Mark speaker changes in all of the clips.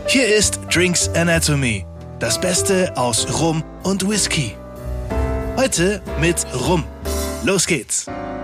Speaker 1: Hier ist Drinks Anatomy, das Beste aus Rum und Whisky. Heute mit Rum. Los geht's!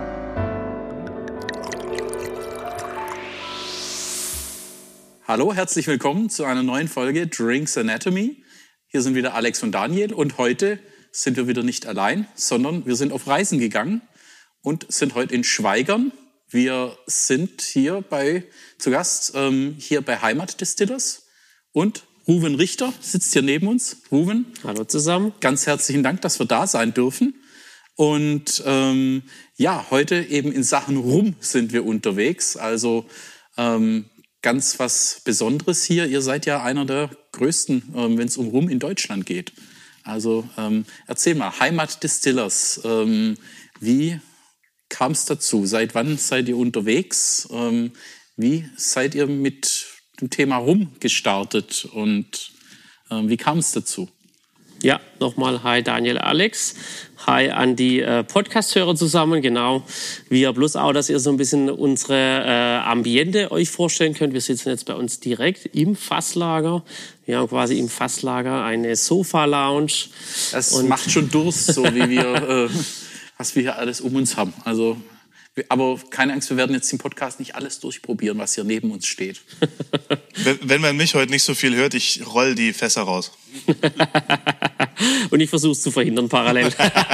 Speaker 2: Hallo, herzlich willkommen zu einer neuen Folge Drinks Anatomy. Hier sind wieder Alex und Daniel und heute sind wir wieder nicht allein, sondern wir sind auf Reisen gegangen und sind heute in Schwaigern. Wir sind hier zu Gast hier bei Heimat Distillers und Ruven Richter sitzt hier neben uns. Ruven.
Speaker 3: Hallo zusammen.
Speaker 2: Ganz herzlichen Dank, dass wir da sein dürfen. Und heute eben in Sachen Rum sind wir unterwegs. Also ganz was Besonderes hier. Ihr seid ja einer der größten, wenn es um Rum in Deutschland geht. Also erzähl mal, Heimat Distillers, wie kam es dazu? Seit wann seid ihr unterwegs? Wie seid ihr mit dem Thema Rum gestartet und wie kam es dazu?
Speaker 3: Ja, nochmal hi Daniel, Alex. Hi an die Podcast-Hörer zusammen, genau. Wir bloß auch, dass ihr so ein bisschen unsere Ambiente euch vorstellen könnt. Wir sitzen jetzt bei uns direkt im Fasslager. Wir haben quasi im Fasslager eine Sofa-Lounge.
Speaker 2: Das macht schon Durst, so wie wir, was wir hier alles um uns haben. Also, aber keine Angst, wir werden jetzt im Podcast nicht alles durchprobieren, was hier neben uns steht.
Speaker 4: Wenn man mich heute nicht so viel hört, ich roll die Fässer raus.
Speaker 3: Und ich versuche es zu verhindern parallel.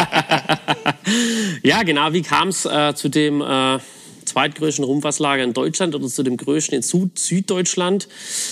Speaker 3: Ja, genau. Wie kam es zu dem zweitgrößten Rumfasslager in Deutschland oder zu dem größten in Süddeutschland?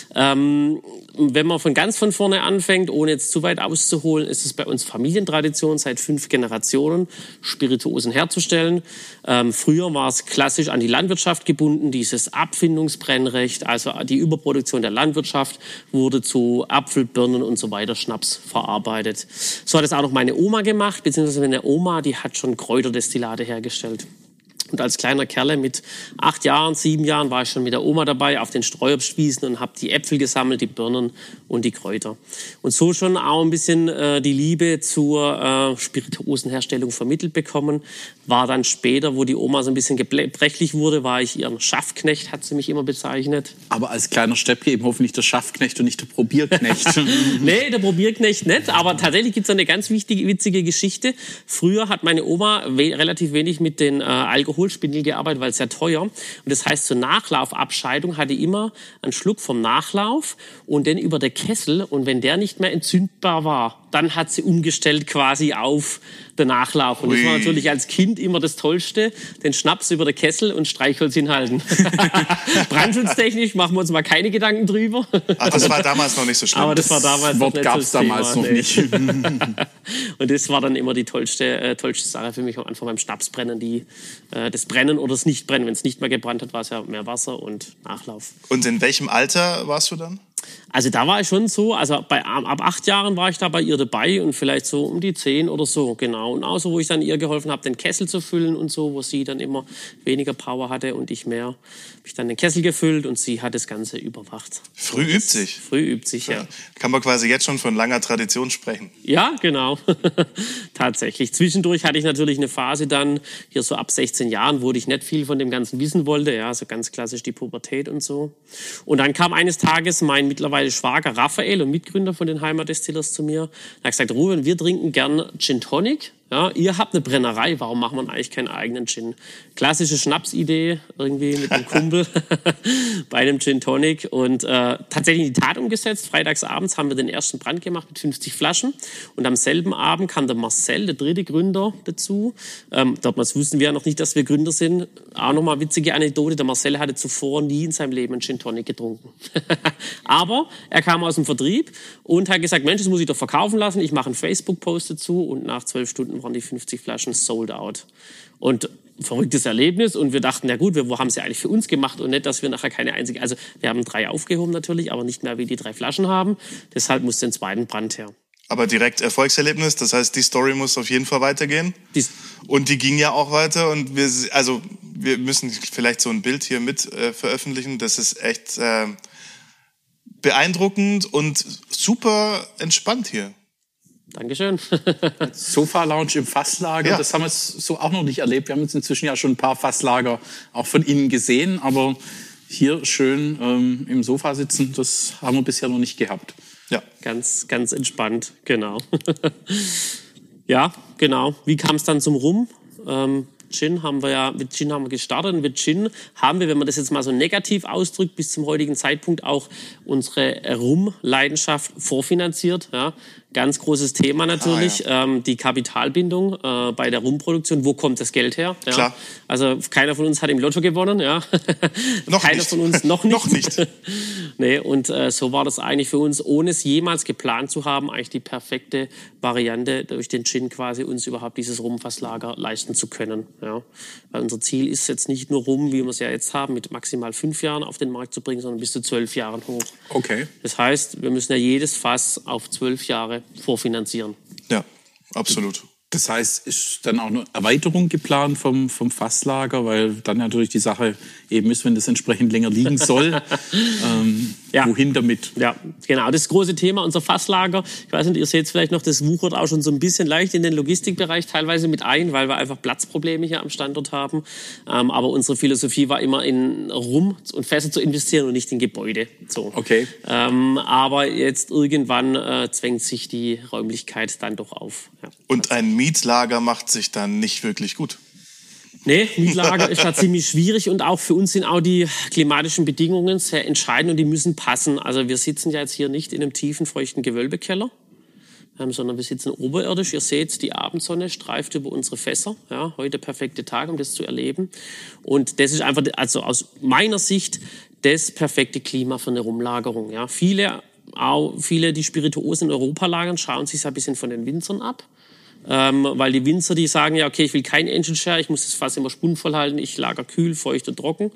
Speaker 3: Wenn man von vorne anfängt, ohne jetzt zu weit auszuholen, ist es bei uns Familientradition, seit 5 Generationen Spirituosen herzustellen. Früher war es klassisch an die Landwirtschaft gebunden, dieses Abfindungsbrennrecht, also die Überproduktion der Landwirtschaft wurde zu Apfel, Birnen und so weiter Schnaps verarbeitet. So hat es auch noch meine Oma gemacht, beziehungsweise meine Oma, die hat schon Kräuterdestillate hergestellt. Und als kleiner Kerle mit 8 Jahren, 7 Jahren war ich schon mit der Oma dabei auf den Streuobstwiesen und habe die Äpfel gesammelt, die Birnen und die Kräuter. Und so schon auch ein bisschen die Liebe zur Spirituosenherstellung vermittelt bekommen. War dann später, wo die Oma so ein bisschen gebrechlich wurde, war ich ihren Schaffknecht, hat sie mich immer bezeichnet.
Speaker 2: Aber als kleiner Steppke eben hoffentlich der Schaffknecht und nicht der Probierknecht.
Speaker 3: Nee, der Probierknecht nicht. Aber tatsächlich gibt es eine ganz witzige Geschichte. Früher hat meine Oma relativ wenig mit den Alkoholspindeln gearbeitet, weil es sehr teuer. Und das heißt, zur Nachlaufabscheidung hatte ich immer einen Schluck vom Nachlauf und dann über der Kessel. Und wenn der nicht mehr entzündbar war, dann hat sie umgestellt quasi auf den Nachlauf. Und das war natürlich als Kind immer das Tollste, den Schnaps über der Kessel und Streichholz hinhalten. Brandschutztechnisch machen wir uns mal keine Gedanken drüber.
Speaker 4: Ach, das war damals noch nicht so schlimm.
Speaker 3: Aber das war damals
Speaker 2: noch nicht so das damals noch nicht.
Speaker 3: Und das war dann immer die tollste Sache für mich am Anfang beim Schnapsbrennen, das Brennen oder das Nichtbrennen. Wenn es nicht mehr gebrannt hat, war es ja mehr Wasser und Nachlauf.
Speaker 4: Und in welchem Alter warst du dann?
Speaker 3: Also da war ich schon so, also ab 8 Jahren war ich da bei ihr dabei und vielleicht so um die 10 oder so, genau. Und auch so, wo ich dann ihr geholfen habe, den Kessel zu füllen und so, wo sie dann immer weniger Power hatte und ich mehr. Habe ich dann den Kessel gefüllt und sie hat das Ganze überwacht.
Speaker 4: Früh übt sich.
Speaker 3: Früh übt sich, ja.
Speaker 4: Kann man quasi jetzt schon von langer Tradition sprechen.
Speaker 3: Ja, genau. Tatsächlich. Zwischendurch hatte ich natürlich eine Phase dann, hier so ab 16 Jahren, wo ich nicht viel von dem Ganzen wissen wollte. Ja, so ganz klassisch die Pubertät und so. Und dann kam eines Tages mein mittlerweile Schwager Raphael und Mitgründer von den Heimat Distillers zu mir. Er hat gesagt, Ruben, wir trinken gern Gin Tonic. Ja, ihr habt eine Brennerei, warum macht man eigentlich keinen eigenen Gin? Klassische Schnapsidee irgendwie mit einem Kumpel bei einem Gin Tonic und tatsächlich in die Tat umgesetzt. Freitagsabends haben wir den ersten Brand gemacht mit 50 Flaschen und am selben Abend kam der Marcel, der dritte Gründer, dazu. Damals wussten wir ja noch nicht, dass wir Gründer sind. Auch nochmal witzige Anekdote, der Marcel hatte zuvor nie in seinem Leben einen Gin Tonic getrunken. Aber er kam aus dem Vertrieb und hat gesagt, Mensch, das muss ich doch verkaufen lassen. Ich mache einen Facebook-Post dazu und nach 12 Stunden waren die 50 Flaschen sold out. Und verrücktes Erlebnis und wir dachten, na gut, wo haben sie eigentlich für uns gemacht und nicht, dass wir nachher keine einzige, also wir haben 3 aufgehoben natürlich, aber nicht mehr wie die 3 Flaschen haben. Deshalb musste ein zweiten Brand her.
Speaker 4: Aber direkt Erfolgserlebnis, das heißt, die Story muss auf jeden Fall weitergehen. Und die ging ja auch weiter und wir müssen vielleicht so ein Bild hier mit veröffentlichen. Das ist echt beeindruckend und super entspannt hier.
Speaker 3: Dankeschön.
Speaker 2: Sofa-Lounge im Fasslager, ja. Das haben wir so auch noch nicht erlebt. Wir haben jetzt inzwischen ja schon ein paar Fasslager auch von Ihnen gesehen, aber hier schön im Sofa sitzen, das haben wir bisher noch nicht gehabt.
Speaker 4: Ja.
Speaker 3: Ganz, ganz entspannt, genau. Ja, genau. Wie kam es dann zum Rum? Mit Gin haben wir gestartet. Und mit Gin haben wir, wenn man das jetzt mal so negativ ausdrückt, bis zum heutigen Zeitpunkt auch unsere Rum-Leidenschaft vorfinanziert. Ja. Ganz großes Thema natürlich, die Kapitalbindung bei der Rumproduktion. Wo kommt das Geld her? Ja.
Speaker 4: Klar.
Speaker 3: Also keiner von uns hat im Lotto gewonnen. Ja. Keiner
Speaker 4: nicht.
Speaker 3: von uns noch nicht.
Speaker 4: Noch nicht.
Speaker 3: Nee, und so war das eigentlich für uns, ohne es jemals geplant zu haben, eigentlich die perfekte Variante, durch den Gin quasi uns überhaupt dieses Rumfasslager leisten zu können. Ja. Weil unser Ziel ist jetzt nicht nur Rum, wie wir es ja jetzt haben, mit maximal 5 Jahren auf den Markt zu bringen, sondern bis zu 12 Jahren hoch.
Speaker 2: Okay.
Speaker 3: Das heißt, wir müssen ja jedes Fass auf 12 Jahre vorfinanzieren.
Speaker 4: Ja, absolut.
Speaker 2: Das heißt, ist dann auch eine Erweiterung geplant vom Fasslager, weil dann natürlich die Sache eben ist, wenn das entsprechend länger liegen soll, wohin damit?
Speaker 3: Ja, genau. Das große Thema, unser Fasslager. Ich weiß nicht, ihr seht es vielleicht noch, das wuchert auch schon so ein bisschen leicht in den Logistikbereich teilweise mit ein, weil wir einfach Platzprobleme hier am Standort haben. Aber unsere Philosophie war immer, in Rum und Fässer zu investieren und nicht in Gebäude. So.
Speaker 2: Okay.
Speaker 3: Aber jetzt irgendwann zwängt sich die Räumlichkeit dann doch auf. Ja.
Speaker 4: Und ein Mietlager macht sich dann nicht wirklich gut.
Speaker 3: Nee, Mietlager ist da ziemlich schwierig und auch für uns sind auch die klimatischen Bedingungen sehr entscheidend und die müssen passen. Also wir sitzen ja jetzt hier nicht in einem tiefen, feuchten Gewölbekeller, sondern wir sitzen oberirdisch. Ihr seht, die Abendsonne streift über unsere Fässer. Ja, heute perfekte Tag, um das zu erleben. Und das ist einfach, also aus meiner Sicht, das perfekte Klima für eine Rumlagerung. Ja, viele, die Spirituosen in Europa lagern, schauen sich ein bisschen von den Winzern ab. Weil die Winzer, die sagen, ja, okay, ich will kein Angel Share, ich muss das Fass immer spunvoll halten, ich lager kühl, feucht und trocken.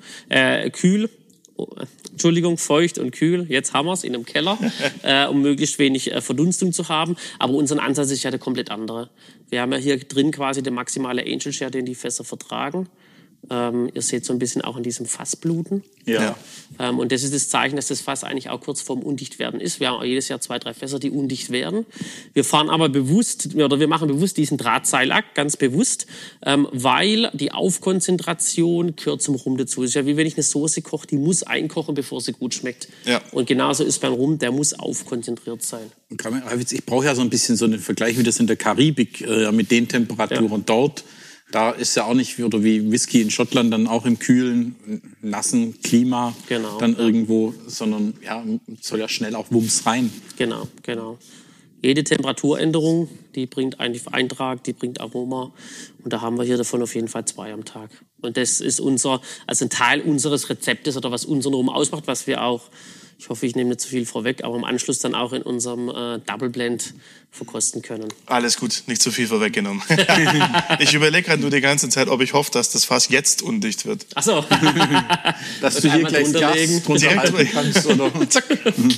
Speaker 3: Feucht und kühl, jetzt haben wir es in einem Keller, um möglichst wenig Verdunstung zu haben. Aber unser Ansatz ist ja der komplett andere. Wir haben ja hier drin quasi den maximale Angel Share, den die Fässer vertragen. Ihr seht so ein bisschen auch in diesem Fassbluten.
Speaker 2: Ja.
Speaker 3: Und das ist das Zeichen, dass das Fass eigentlich auch kurz vorm Undichtwerden ist. Wir haben auch jedes Jahr 2, 3 Fässer, die undicht werden. Wir fahren aber wir machen bewusst diesen Drahtseilakt, ganz bewusst, weil die Aufkonzentration gehört zum Rum dazu. Das ist ja wie wenn ich eine Soße koche, die muss einkochen, bevor sie gut schmeckt. Ja. Und genauso ist beim Rum, der muss aufkonzentriert sein.
Speaker 2: Ich brauche ja so ein bisschen so einen Vergleich, wie das in der Karibik, mit den Temperaturen dort. Da ist ja auch nicht oder wie Whisky in Schottland dann auch im kühlen, nassen Klima dann irgendwo, sondern ja, soll ja schnell auch Wumms rein.
Speaker 3: Genau. Jede Temperaturänderung, die bringt eigentlich Eintrag, die bringt Aroma. Und da haben wir hier davon auf jeden Fall 2 am Tag. Und das ist ein Teil unseres Rezeptes oder was unseren Rum ausmacht, was wir auch, ich hoffe, ich nehme nicht zu viel vorweg, aber im Anschluss dann auch in unserem Double Blend verkosten können.
Speaker 4: Alles gut, nicht zu viel vorweggenommen. Ich überlege gerade nur die ganze Zeit, ob ich hoffe, dass das Fass jetzt undicht wird.
Speaker 3: Ach so.
Speaker 2: Dass du hier gleich Gas drunter halten kannst. Oder? Zack.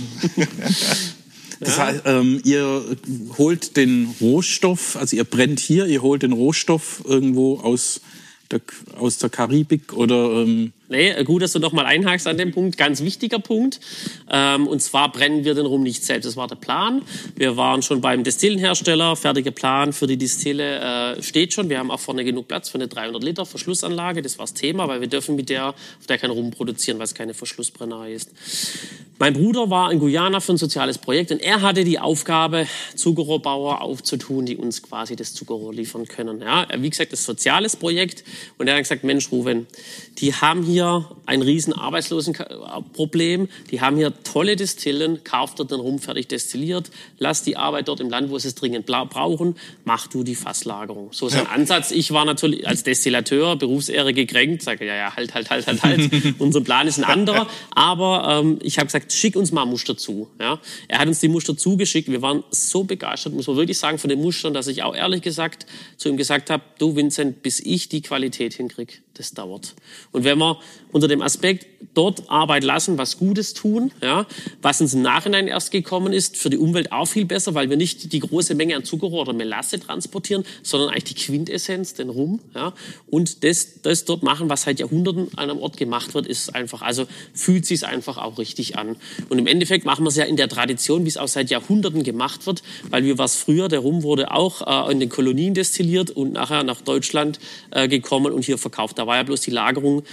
Speaker 2: Das heißt, ihr holt den Rohstoff, also ihr brennt hier, ihr holt den Rohstoff irgendwo aus der Karibik oder...
Speaker 3: Nee, gut, dass du noch mal einhakst an dem Punkt. Ganz wichtiger Punkt. Und zwar brennen wir den Rum nicht selbst. Das war der Plan. Wir waren schon beim Destillenhersteller. Fertiger Plan für die Destille steht schon. Wir haben auch vorne genug Platz für eine 300 Liter Verschlussanlage. Das war das Thema, weil wir dürfen auf der kein Rum produzieren, weil es keine Verschlussbrennerei ist. Mein Bruder war in Guyana für ein soziales Projekt und er hatte die Aufgabe, Zuckerrohrbauer aufzutun, die uns quasi das Zuckerrohr liefern können. Ja, wie gesagt, das soziales Projekt. Und er hat gesagt, Mensch, Ruven, die haben hier ein riesen Arbeitslosenproblem. Die haben hier tolle Destillen, kauft dort den Rum fertig destilliert, lass die Arbeit dort im Land, wo sie es dringend brauchen, mach du die Fasslagerung. So ist ein Ansatz. Ich war natürlich als Destillateur, Berufsehre gekränkt, sage ja, halt. Unser Plan ist ein anderer. Aber ich habe gesagt, schick uns mal Muster zu. Ja? Er hat uns die Muster zugeschickt. Wir waren so begeistert, muss man wirklich sagen, von den Mustern, dass ich auch ehrlich gesagt zu ihm gesagt habe, du Vincent, bis ich die Qualität hinkriege, das dauert. Und wenn wir unter dem Aspekt dort Arbeit lassen, was Gutes tun, ja, was uns im Nachhinein erst gekommen ist, für die Umwelt auch viel besser, weil wir nicht die große Menge an Zuckerrohr oder Melasse transportieren, sondern eigentlich die Quintessenz, den Rum, ja, und das dort machen, was seit Jahrhunderten an einem Ort gemacht wird, ist einfach, also fühlt sich's einfach auch richtig an. Und im Endeffekt machen wir es ja in der Tradition, wie es auch seit Jahrhunderten gemacht wird, weil wie war es früher, der Rum wurde auch in den Kolonien destilliert und nachher nach Deutschland gekommen und hier verkauft. Da war ja bloß die Lagerung meistens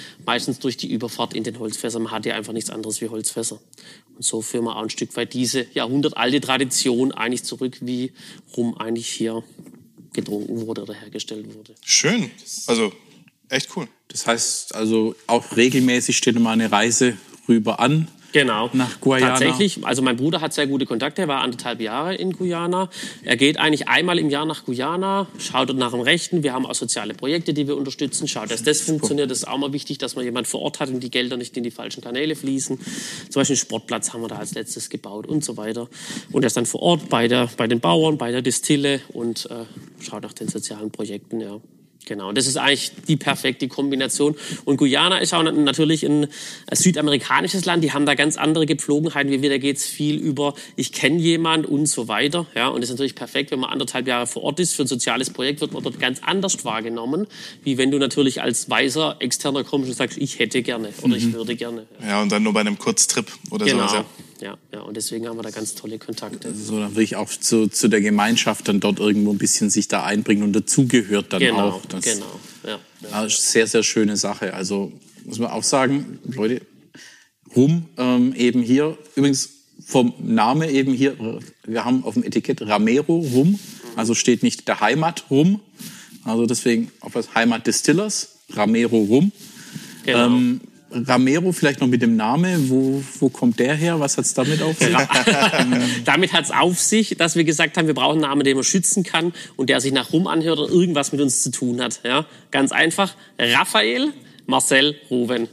Speaker 3: meistens durch die Überfahrt in den Holzfässern. Man hat ja einfach nichts anderes wie Holzfässer. Und so führen wir auch ein Stück weit diese jahrhundertalte Tradition eigentlich zurück, wie Rum eigentlich hier getrunken wurde oder hergestellt wurde.
Speaker 4: Schön. Also echt cool.
Speaker 2: Das heißt also auch regelmäßig steht immer eine Reise rüber an.
Speaker 3: Genau,
Speaker 2: nach Guyana.
Speaker 3: Tatsächlich. Also mein Bruder hat sehr gute Kontakte, er war 1,5 Jahre in Guyana. Er geht eigentlich einmal im Jahr nach Guyana, schaut dort nach dem Rechten. Wir haben auch soziale Projekte, die wir unterstützen. Schaut, dass das funktioniert. Das ist auch mal wichtig, dass man jemand vor Ort hat und die Gelder nicht in die falschen Kanäle fließen. Zum Beispiel einen Sportplatz haben wir da als letztes gebaut und so weiter. Und er ist dann vor Ort bei den Bauern, bei der Distille und schaut nach den sozialen Projekten, ja. Genau, das ist eigentlich die perfekte Kombination. Und Guyana ist auch natürlich ein südamerikanisches Land. Die haben da ganz andere Gepflogenheiten wie wir. Da geht's viel über, ich kenne jemand und so weiter. Ja, und das ist natürlich perfekt, wenn man 1,5 Jahre vor Ort ist. Für ein soziales Projekt wird man dort ganz anders wahrgenommen, wie wenn du natürlich als weißer Externer kommst und sagst, ich hätte gerne oder ich würde gerne.
Speaker 4: Ja, und dann nur bei einem Kurztrip oder
Speaker 3: genau.
Speaker 4: sowas.
Speaker 3: Ja, und deswegen haben wir da ganz tolle Kontakte.
Speaker 2: Also dann will ich auch zu der Gemeinschaft dann dort irgendwo ein bisschen sich da einbringen und dazugehört dann auch. Das ist sehr, sehr schöne Sache. Also muss man auch sagen, Leute, Rum eben hier, übrigens vom Name eben hier, wir haben auf dem Etikett Ramero Rum, also steht nicht der Heimat Rum, also deswegen auf das Heimat Distillers, Ramero Rum.
Speaker 3: Genau.
Speaker 2: Ramero, vielleicht noch mit dem Namen, wo kommt der her? Was hat's damit auf sich?
Speaker 3: Damit hat's auf sich, dass wir gesagt haben, wir brauchen einen Namen, den man schützen kann und der sich nach Rum anhört oder irgendwas mit uns zu tun hat. Ja? Ganz einfach, Raphael Marcel Ruven.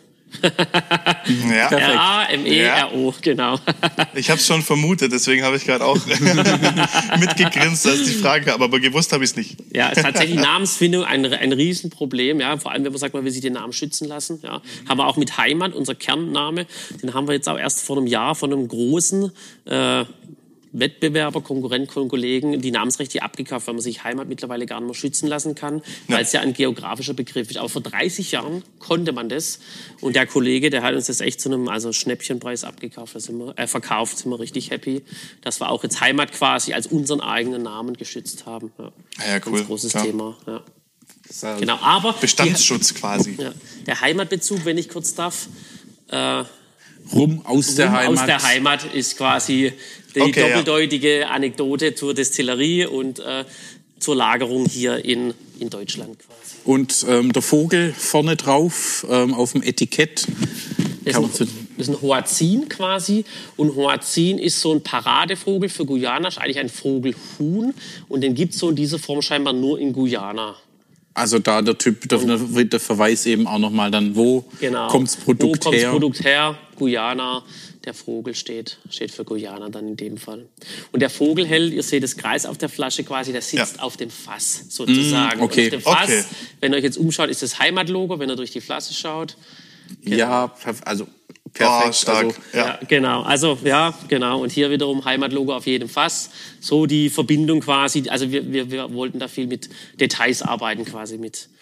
Speaker 4: Ja.
Speaker 3: R-A-M-E-R-O, genau.
Speaker 4: Ich habe es schon vermutet, deswegen habe ich gerade auch mitgegrinst, als die Frage kam, aber gewusst habe ich es nicht.
Speaker 3: Ja, es ist tatsächlich Namensfindung ein Riesenproblem, ja, vor allem wenn man sagt, man will sich den Namen schützen lassen, ja. Haben wir auch mit Heimat, unser Kernname, den haben wir jetzt auch erst vor einem Jahr von einem großen Wettbewerber, Konkurrenten, Kollegen die Namensrechte abgekauft, weil man sich Heimat mittlerweile gar nicht mehr schützen lassen kann, weil es ja ein geografischer Begriff ist. Aber vor 30 Jahren konnte man das. Und der Kollege, der hat uns das echt zu einem Schnäppchenpreis abgekauft, verkauft, sind wir richtig happy, dass wir auch jetzt Heimat quasi als unseren eigenen Namen geschützt haben. Ja,
Speaker 4: cool.
Speaker 3: Ganz großes Thema. Ja.
Speaker 4: Genau, aber Bestandsschutz quasi.
Speaker 3: Ja, der Heimatbezug, wenn ich kurz darf.
Speaker 2: Rum aus der Heimat.
Speaker 3: Aus der Heimat ist quasi die doppeldeutige Anekdote zur Destillerie und zur Lagerung hier in Deutschland quasi.
Speaker 2: Und der Vogel vorne drauf auf dem Etikett.
Speaker 3: Das ist ein Hoazin quasi. Und Hoazin ist so ein Paradevogel für Guyana, ist eigentlich ein Vogelhuhn. Und den gibt es so in dieser Form scheinbar nur in Guyana.
Speaker 2: Also da der Verweis eben auch nochmal dann, wo kommt's Produkt her? Wo kommt's
Speaker 3: Produkt her? Guyana. Der Vogel steht für Guyana dann in dem Fall. Und der Vogel hält, ihr seht das Kreis auf der Flasche quasi, der sitzt auf dem Fass sozusagen.
Speaker 2: Okay.
Speaker 3: Auf dem Fass, wenn ihr euch jetzt umschaut, ist das Heimatlogo, wenn ihr durch die Flasche schaut.
Speaker 2: Genau. Ja, also perfekt.
Speaker 4: Stark.
Speaker 3: Also, genau. Und hier wiederum Heimatlogo auf jedem Fass. So die Verbindung quasi. Also wir wollten da viel mit Details arbeiten quasi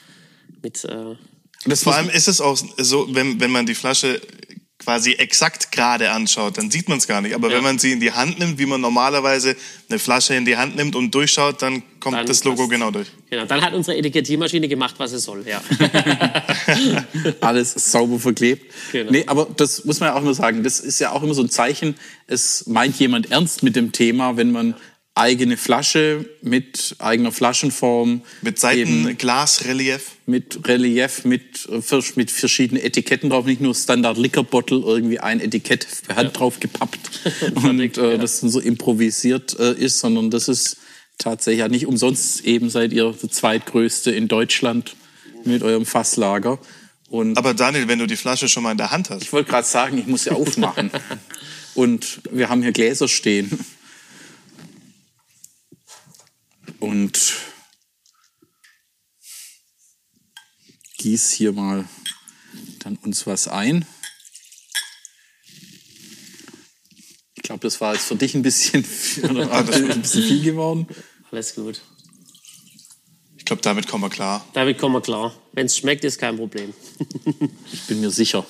Speaker 4: vor allem ist es auch so, wenn man die Flasche quasi exakt gerade anschaut, dann sieht man es gar nicht. Aber wenn man sie in die Hand nimmt, wie man normalerweise eine Flasche in die Hand nimmt und durchschaut, dann kommt das Logo genau durch.
Speaker 3: Genau, dann hat unsere Etikettiermaschine gemacht, was es soll. Ja.
Speaker 2: Alles sauber verklebt.
Speaker 3: Genau.
Speaker 2: Nee, aber das muss man ja auch immer sagen, das ist ja auch immer so ein Zeichen, es meint jemand ernst mit dem Thema, wenn man eigene Flasche mit eigener Flaschenform.
Speaker 4: Mit Seitenglasrelief.
Speaker 2: Mit Relief, mit verschiedenen Etiketten drauf. Nicht nur Standard Liquor Bottle, irgendwie ein Etikett per Hand drauf gepappt und das so improvisiert ist, sondern das ist tatsächlich nicht umsonst eben seid ihr der zweitgrößte in Deutschland mit eurem Fasslager. Und
Speaker 4: aber Daniel, wenn du die Flasche schon mal in der Hand hast.
Speaker 2: Ich wollte gerade sagen, ich muss sie aufmachen. Und wir haben hier Gläser stehen. Und gieß hier mal dann uns was ein. Ich glaube, das war jetzt für dich ein bisschen viel geworden.
Speaker 3: Alles gut.
Speaker 4: Ich glaube, damit kommen wir klar.
Speaker 3: Wenn es schmeckt, ist kein Problem.
Speaker 2: Ich bin mir sicher.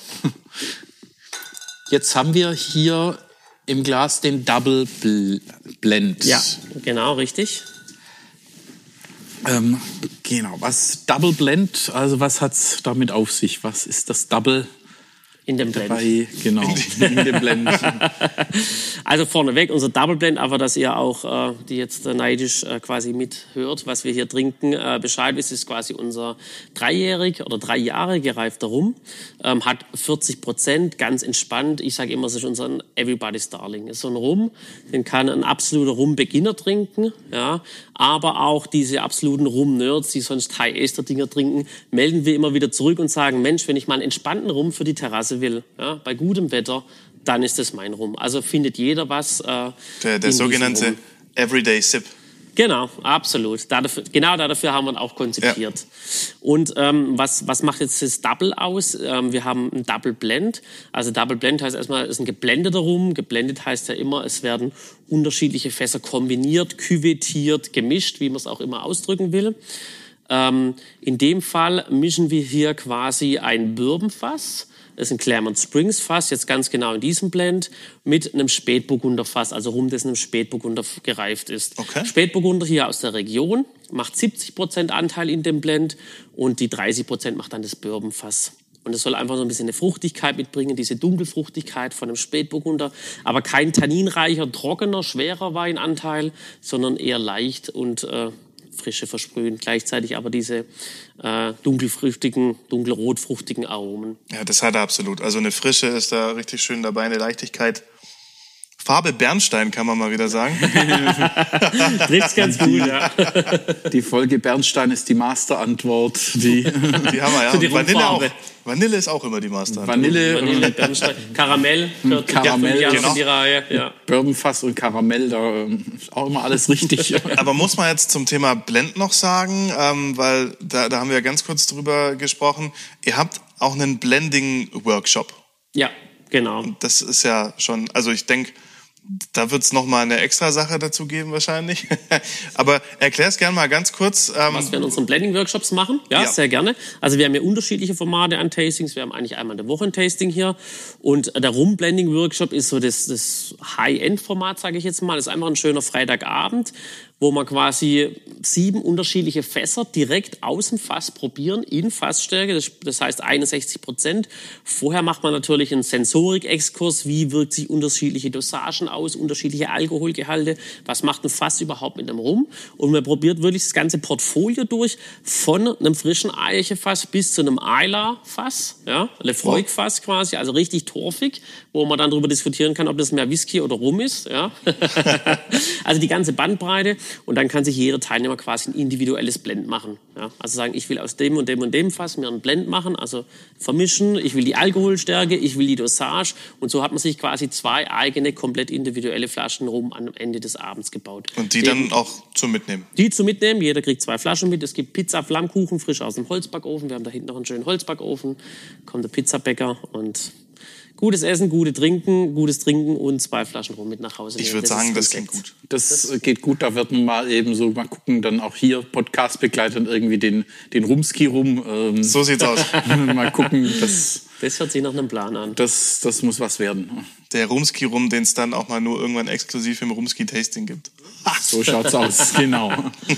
Speaker 2: Jetzt haben wir hier im Glas den Double Blend.
Speaker 3: Ja, genau, richtig.
Speaker 2: Genau, was Double Blend, also was hat's damit auf sich? Was ist das Double?
Speaker 3: In dem Blend.
Speaker 2: Dabei, genau, in dem Blend.
Speaker 3: Also vorneweg, unser Double Blend, aber dass ihr auch, die jetzt neidisch quasi mithört, was wir hier trinken, Bescheid wisst, ist quasi unser 3 Jahre gereifter Rum. Hat 40%, ganz entspannt. Ich sage immer, es ist unser Everybody's Darling. Es ist so ein Rum, den kann ein absoluter Rum-Beginner trinken, ja. Aber auch diese absoluten Rum-Nerds, die sonst High-Ester-Dinger trinken, melden wir immer wieder zurück und sagen, Mensch, wenn ich mal einen entspannten Rum für die Terrasse will, ja, bei gutem Wetter, dann ist das mein Rum. Also findet jeder was.
Speaker 4: Der sogenannte Everyday Sip.
Speaker 3: Genau, absolut. Genau dafür haben wir ihn auch konzipiert. Ja. Und was macht jetzt das Double aus? Wir haben ein Double Blend. Also Double Blend heißt erstmal, es ist ein geblendeter Rum. Geblendet heißt ja immer, es werden unterschiedliche Fässer kombiniert, küvettiert, gemischt, wie man es auch immer ausdrücken will. In dem Fall mischen wir hier quasi ein Bourbonfass. Das ist ein Claremont Springs Fass, jetzt ganz genau in diesem Blend, mit einem Spätburgunder Fass, also Rum, das in einem Spätburgunder gereift ist.
Speaker 4: Okay.
Speaker 3: Spätburgunder hier aus der Region, macht 70% Anteil in dem Blend und die 30% macht dann das Bourbon Fass. Und es soll einfach so ein bisschen eine Fruchtigkeit mitbringen, diese Dunkelfruchtigkeit von einem Spätburgunder, aber kein tanninreicher, trockener, schwerer Weinanteil, sondern eher leicht und Frische versprühen, gleichzeitig aber diese dunkelrotfruchtigen Aromen.
Speaker 4: Ja, das hat er absolut. Also eine Frische ist da richtig schön dabei, eine Leichtigkeit. Farbe Bernstein, kann man mal wieder sagen.
Speaker 3: Trifft's ganz gut, ja.
Speaker 2: Die Folge Bernstein ist die Masterantwort. Die
Speaker 4: haben wir, ja.
Speaker 3: Die
Speaker 4: Vanille ist auch immer die Masterantwort.
Speaker 3: Vanille, Bernstein, Karamell gehört
Speaker 4: genau.
Speaker 3: in die Reihe. Ja.
Speaker 2: Bourbonfass und Karamell, da ist auch immer alles richtig.
Speaker 4: Aber muss man jetzt zum Thema Blend noch sagen, weil da haben wir ganz kurz drüber gesprochen. Ihr habt auch einen Blending-Workshop.
Speaker 3: Ja, genau.
Speaker 4: Das ist ja schon, also ich denke, da wird es nochmal eine extra Sache dazu geben wahrscheinlich. Aber erklär es gerne mal ganz kurz.
Speaker 3: Was wir in unseren Blending-Workshops machen. Ja, sehr gerne. Also wir haben ja unterschiedliche Formate an Tastings. Wir haben eigentlich einmal in der Woche ein Tasting hier. Und der Rum-Blending-Workshop ist so das High-End-Format, sage ich jetzt mal. Das ist einfach ein schöner Freitagabend, wo man quasi 7 unterschiedliche Fässer direkt aus dem Fass probieren, in Fassstärke, das heißt 61%. Vorher macht man natürlich einen Sensorik-Exkurs, wie wirkt sich unterschiedliche Dosagen aus, unterschiedliche Alkoholgehalte, was macht ein Fass überhaupt mit einem Rum. Und man probiert wirklich das ganze Portfolio durch, von einem frischen Eichefass bis zu einem Islay-Fass, ja, Lefroy-Fass quasi, also richtig torfig, wo man dann darüber diskutieren kann, ob das mehr Whisky oder Rum ist. Ja. Also die ganze Bandbreite. Und dann kann sich jeder Teilnehmer quasi ein individuelles Blend machen. Ja, also sagen, ich will aus dem und dem und dem Fass mir einen Blend machen, also vermischen, ich will die Alkoholstärke, ich will die Dosage. Und so hat man sich quasi 2 eigene, komplett individuelle Flaschen Rum am Ende des Abends gebaut.
Speaker 4: Und die dann auch zum Mitnehmen?
Speaker 3: Die zum Mitnehmen, jeder kriegt 2 Flaschen mit. Es gibt Pizza, Flammkuchen, frisch aus dem Holzbackofen. Wir haben da hinten noch einen schönen Holzbackofen. Kommt der Pizzabäcker und gutes Essen, gutes Trinken und 2 Flaschen Rum mit nach Hause nehmen.
Speaker 4: Ich würde sagen, das klingt gut.
Speaker 2: Das geht gut, da wird man mal eben so mal gucken, dann auch hier Podcast begleitend irgendwie den Rumski rum.
Speaker 4: So sieht's aus.
Speaker 2: Mal gucken, das
Speaker 3: hört sich nach einem Plan an.
Speaker 2: Das muss was werden.
Speaker 4: Der Rumski Rum, den es dann auch mal nur irgendwann exklusiv im Rumski Tasting gibt.
Speaker 2: So schaut's aus, genau.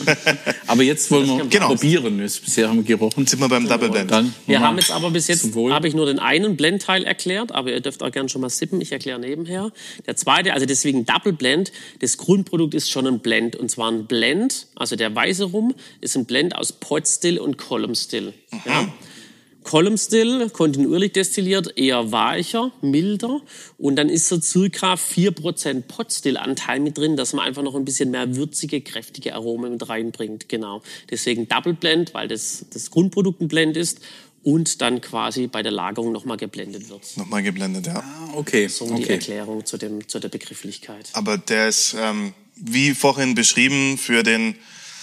Speaker 2: Aber jetzt wollen wir probieren. Bisher haben wir gerochen.
Speaker 4: Sind wir beim Double Blend.
Speaker 3: Wir haben jetzt aber bis jetzt, habe ich nur den einen Blendteil erklärt, aber ihr dürft auch gerne schon mal sippen. Ich erkläre nebenher. Der zweite, also deswegen Double Blend, das Grundprodukt ist schon ein Blend. Und zwar ein Blend, also der weiße Rum, ist ein Blend aus Pot Still und Column Still. Ja. Column Still, kontinuierlich destilliert, eher weicher, milder. Und dann ist so circa 4% Pot Still Anteil mit drin, dass man einfach noch ein bisschen mehr würzige, kräftige Aromen mit reinbringt. Genau. Deswegen Double Blend, weil das Grundprodukt ein Blend ist und dann quasi bei der Lagerung nochmal geblendet wird.
Speaker 4: Nochmal geblendet, ja.
Speaker 2: Okay.
Speaker 3: So die Erklärung zu der Begrifflichkeit.
Speaker 4: Aber der ist, wie vorhin beschrieben, für den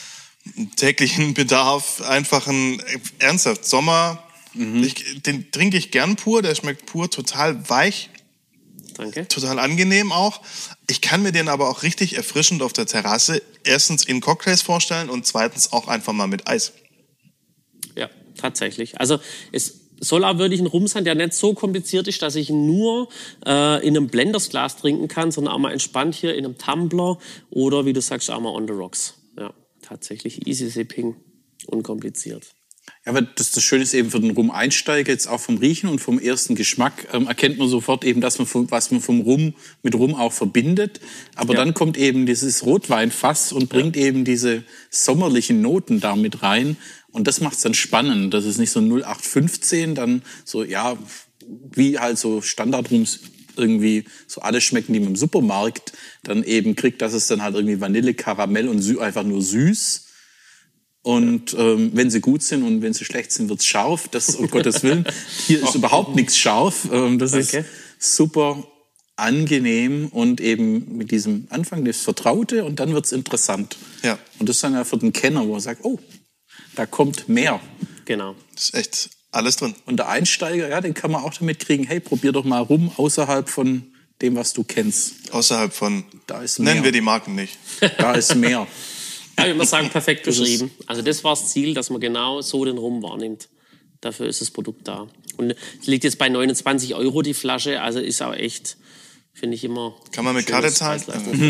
Speaker 4: täglichen Bedarf einfach ein ernsthaft Sommer. Den trinke ich gern pur, der schmeckt pur, total weich.
Speaker 3: Danke.
Speaker 4: Total angenehm auch. Ich kann mir den aber auch richtig erfrischend auf der Terrasse erstens in Cocktails vorstellen und zweitens auch einfach mal mit Eis.
Speaker 3: Ja, tatsächlich. Also es soll auch wirklich ein Rum sein, der nicht so kompliziert ist, dass ich ihn nur in einem Blendersglas trinken kann, sondern auch mal entspannt hier in einem Tumbler oder, wie du sagst, auch mal on the rocks. Ja. tatsächlich easy sipping, unkompliziert.
Speaker 2: Ja, aber das Schöne ist eben für den Rum-Einsteiger, jetzt auch vom Riechen und vom ersten Geschmack, erkennt man sofort eben, dass man was man vom Rum mit Rum auch verbindet. Aber dann kommt eben dieses Rotweinfass und bringt eben diese sommerlichen Noten da mit rein. Und das macht's dann spannend. Das ist nicht so 0815, dann so, ja, wie halt so Standardrums irgendwie so alles schmecken, die man im Supermarkt dann eben kriegt, dass es dann halt irgendwie Vanille, Karamell und einfach nur süß. Und wenn sie gut sind und wenn sie schlecht sind, wird's scharf. Das, um Gottes Willen. Hier ist überhaupt nichts scharf. Das ist super angenehm und eben mit diesem Anfang das Vertraute und dann wird's interessant.
Speaker 4: Ja.
Speaker 2: Und das ist dann ja für den Kenner, wo er sagt, oh, da kommt mehr.
Speaker 3: Genau.
Speaker 4: Das ist echt alles drin.
Speaker 2: Und der Einsteiger, ja, den kann man auch damit kriegen, hey, probier doch mal rum außerhalb von dem, was du kennst.
Speaker 4: Außerhalb von,
Speaker 2: Da ist mehr.
Speaker 4: nennen wir die Marken nicht.
Speaker 2: Da ist mehr.
Speaker 3: Ja, ich würde mal sagen, perfekt beschrieben. Also das war das Ziel, dass man genau so den Rum wahrnimmt. Dafür ist das Produkt da. Und es liegt jetzt bei 29 € die Flasche, also ist auch echt, finde ich immer...
Speaker 4: Kann man mit Karte zahlen?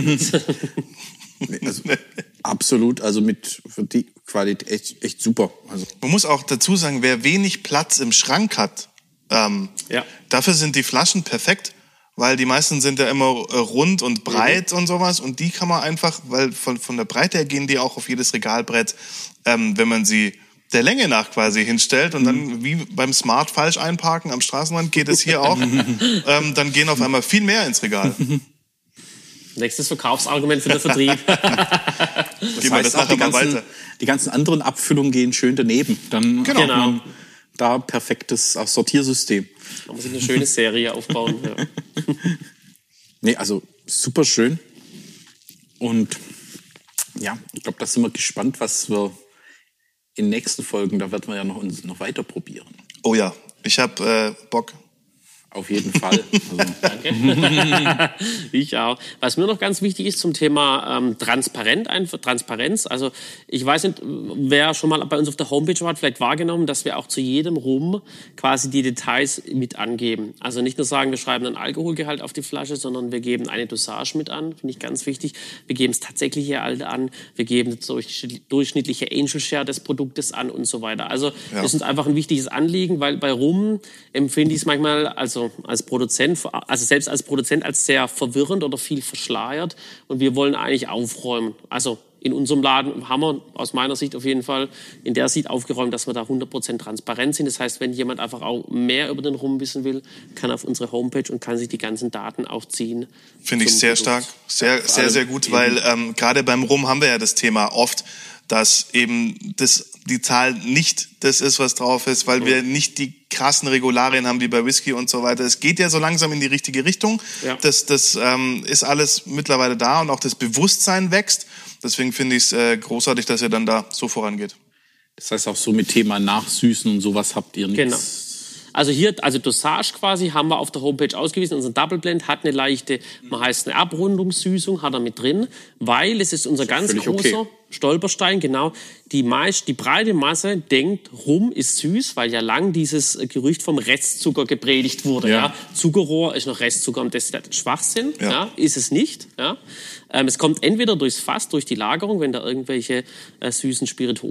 Speaker 2: Also, absolut, also für die Qualität echt super. Also.
Speaker 4: Man muss auch dazu sagen, wer wenig Platz im Schrank hat, dafür sind die Flaschen perfekt, weil die meisten sind ja immer rund und breit und sowas und die kann man einfach, weil von der Breite her gehen die auch auf jedes Regalbrett, wenn man sie der Länge nach quasi hinstellt und dann wie beim Smart falsch einparken am Straßenrand geht es hier auch, dann gehen auf einmal viel mehr ins Regal.
Speaker 3: Nächstes Verkaufsargument für den Vertrieb.
Speaker 2: Das heißt auch, die ganzen anderen Abfüllungen gehen schön daneben. Dann hat man da perfektes auch Sortiersystem.
Speaker 3: Da muss ich eine schöne Serie aufbauen. Ja.
Speaker 2: Nee, also super schön. Und ja, ich glaube, da sind wir gespannt, was wir in den nächsten Folgen, da werden wir ja noch weiter probieren.
Speaker 4: Oh ja, ich habe Bock.
Speaker 2: Auf jeden Fall. Also.
Speaker 3: Danke. Ich auch. Was mir noch ganz wichtig ist zum Thema Transparenz. Also ich weiß nicht, wer schon mal bei uns auf der Homepage war, hat vielleicht wahrgenommen, dass wir auch zu jedem Rum quasi die Details mit angeben. Also nicht nur sagen, wir schreiben einen Alkoholgehalt auf die Flasche, sondern wir geben eine Dosage mit an. Finde ich ganz wichtig. Wir geben das tatsächliche Alter an. Wir geben das durchschnittliche Angel Share des Produktes an und so weiter. Also das ist uns einfach ein wichtiges Anliegen, weil bei Rum empfinde ich es manchmal als Produzent, also selbst als Produzent als sehr verwirrend oder viel verschleiert. Und wir wollen eigentlich aufräumen. Also in unserem Laden haben wir aus meiner Sicht auf jeden Fall in der Sicht aufgeräumt, dass wir da 100% transparent sind. Das heißt, wenn jemand einfach auch mehr über den Rum wissen will, kann auf unsere Homepage und kann sich die ganzen Daten auch ziehen.
Speaker 4: Finde ich sehr stark. Sehr, sehr, sehr gut, weil gerade beim Rum haben wir ja das Thema oft, dass eben die Zahl nicht das ist, was drauf ist, weil wir nicht die krassen Regularien haben wie bei Whisky und so weiter. Es geht ja so langsam in die richtige Richtung. Ja. Das ist alles mittlerweile da und auch das Bewusstsein wächst. Deswegen finde ich es großartig, dass ihr dann da so vorangeht.
Speaker 2: Das heißt auch so mit Thema Nachsüßen und sowas habt ihr nichts.
Speaker 3: Genau. Also hier, also Dosage quasi, haben wir auf der Homepage ausgewiesen. Unser Double Blend hat eine leichte, man heißt eine Abrundungssüßung, hat er mit drin, weil es ist unser ganz großer Stolperstein, genau. Die breite Masse denkt, Rum ist süß, weil ja lang dieses Gerücht vom Restzucker gepredigt wurde. Ja. Zuckerrohr ist noch Restzucker und das ist Schwachsinn. Ja. Ist es nicht. Ja. Es kommt entweder durchs Fass, durch die Lagerung, wenn da irgendwelche süßen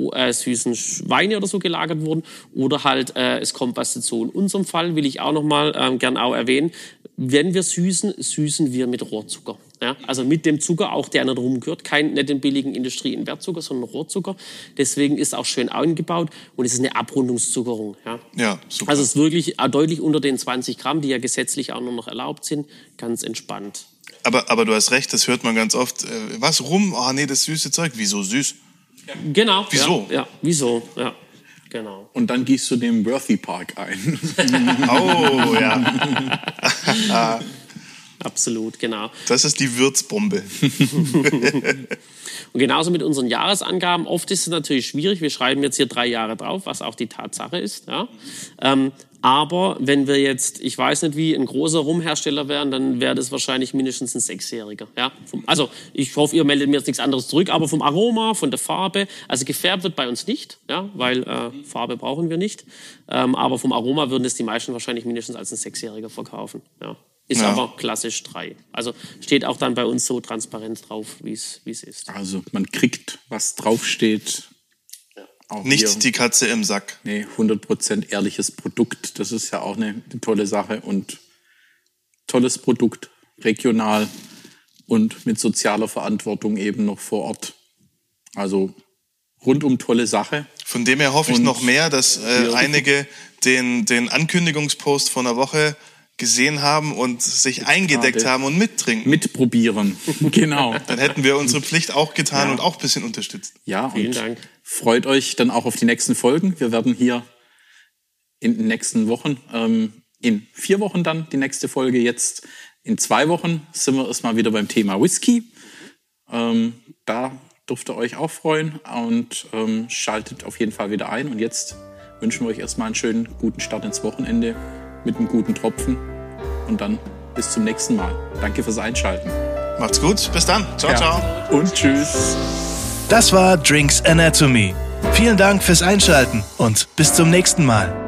Speaker 3: Weine oder so gelagert wurden, oder halt es kommt was dazu. In unserem Fall will ich auch noch mal gern auch erwähnen, wenn wir süßen wir mit Rohrzucker. Ja, also mit dem Zucker, auch der nicht rumgehört, nicht den billigen Industrie-Invertzucker, sondern Rohrzucker. Deswegen ist auch schön eingebaut und es ist eine Abrundungszuckerung. Ja, super. Also es ist wirklich deutlich unter den 20 Gramm, die ja gesetzlich auch nur noch erlaubt sind, ganz entspannt.
Speaker 4: Aber du hast recht, das hört man ganz oft. Was, Rum? Ah, nee, das süße Zeug. Wieso süß?
Speaker 3: Ja. Genau.
Speaker 4: Wieso?
Speaker 3: Ja, wieso? Ja, genau.
Speaker 2: Und dann gehst du den Worthy Park ein.
Speaker 4: Oh, ja.
Speaker 3: Absolut, genau.
Speaker 4: Das ist die Würzbombe.
Speaker 3: Und genauso mit unseren Jahresangaben. Oft ist es natürlich schwierig. Wir schreiben jetzt hier 3 Jahre drauf, was auch die Tatsache ist. Ja. Aber wenn wir jetzt, ich weiß nicht, wie ein großer Rumhersteller wären, dann wäre das wahrscheinlich mindestens ein 6-Jähriger. Ja. Also ich hoffe, ihr meldet mir jetzt nichts anderes zurück. Aber vom Aroma, von der Farbe, also gefärbt wird bei uns nicht, ja, weil Farbe brauchen wir nicht. Aber vom Aroma würden es die meisten wahrscheinlich mindestens als ein 6-Jähriger verkaufen. Ja. Ist aber klassisch 3. Also steht auch dann bei uns so transparent drauf, wie es ist.
Speaker 2: Also man kriegt, was draufsteht. Auch
Speaker 4: Nicht
Speaker 2: hier.
Speaker 4: die Katze im Sack.
Speaker 2: Nee, 100% ehrliches Produkt. Das ist ja auch eine tolle Sache und tolles Produkt, regional und mit sozialer Verantwortung eben noch vor Ort. Also rundum tolle Sache.
Speaker 4: Von dem her hoffe ich
Speaker 2: Und
Speaker 4: noch mehr, dass einige den Ankündigungspost von einer Woche gesehen haben und sich eingedeckt haben und mittrinken.
Speaker 2: Mitprobieren, genau.
Speaker 4: Dann hätten wir unsere Pflicht auch getan und auch ein bisschen unterstützt.
Speaker 2: Ja,
Speaker 3: Vielen
Speaker 2: und
Speaker 3: Dank.
Speaker 2: freut euch dann auch auf die nächsten Folgen. Wir werden hier in den nächsten Wochen, in 4 Wochen dann die nächste Folge. Jetzt in 2 Wochen sind wir erstmal wieder beim Thema Whisky. Da dürft ihr euch auch freuen und schaltet auf jeden Fall wieder ein. Und jetzt wünschen wir euch erstmal einen schönen, guten Start ins Wochenende mit einem guten Tropfen. Und dann bis zum nächsten Mal. Danke fürs Einschalten.
Speaker 4: Macht's gut, bis dann. Ciao, ciao.
Speaker 2: Und tschüss.
Speaker 1: Das war Drinks Anatomy. Vielen Dank fürs Einschalten und bis zum nächsten Mal.